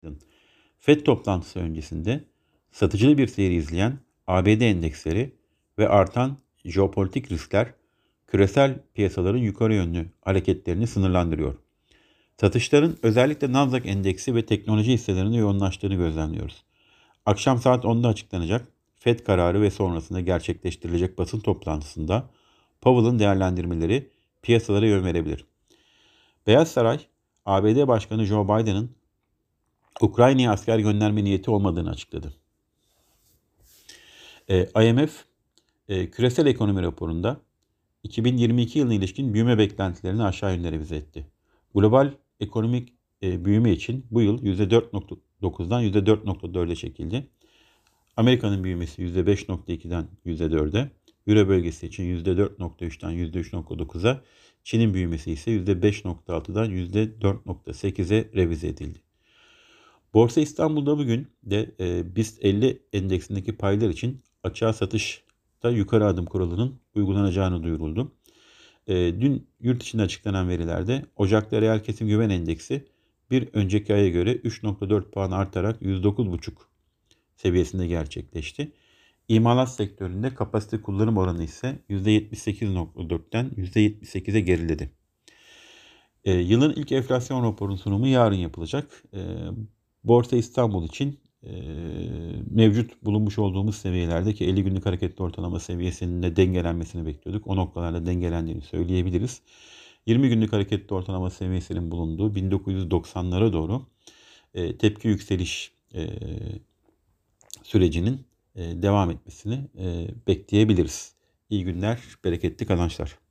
Washington. FED toplantısı öncesinde satıcılı bir seyir izleyen ABD endeksleri ve artan jeopolitik riskler küresel piyasaların yukarı yönlü hareketlerini sınırlandırıyor. Satışların özellikle Nasdaq endeksi ve teknoloji hisselerinde yoğunlaştığını gözlemliyoruz. Akşam saat 10'da açıklanacak FED kararı ve sonrasında gerçekleştirilecek basın toplantısında Powell'ın değerlendirmeleri piyasalara yön verebilir. Beyaz Saray, ABD Başkanı Joe Biden'ın Ukrayna'ya asker gönderme niyeti olmadığını açıkladı. IMF, küresel ekonomi raporunda 2022 yılına ilişkin büyüme beklentilerini aşağı yönlü revize etti. Global ekonomik büyüme için bu yıl %4.9'dan %4.4'e çekildi. Amerika'nın büyümesi %5.2'den %4'e, Euro bölgesi için %4.3'ten %3.9'a, Çin'in büyümesi ise %5.6'dan %4.8'e revize edildi. Borsa İstanbul'da bugün de BIST 50 endeksindeki paylar için açığa satışta yukarı adım kuralının uygulanacağını duyuruldu. Dün yurt içinde açıklanan verilerde Ocak'ta reel kesim güven endeksi bir önceki aya göre 3.4 puan artarak 109.5 seviyesinde gerçekleşti. İmalat sektöründe kapasite kullanım oranı ise %78.4'ten %78'e geriledi. Yılın ilk enflasyon raporunun sunumu yarın yapılacak. Borsa İstanbul için mevcut bulunmuş olduğumuz seviyelerdeki 50 günlük hareketli ortalama seviyesinin de dengelenmesini bekliyorduk. O noktalarda dengelendiğini söyleyebiliriz. 20 günlük hareketli ortalama seviyesinin bulunduğu 1990'lara doğru tepki yükseliş sürecinin devam etmesini bekleyebiliriz. İyi günler, bereketli kazançlar.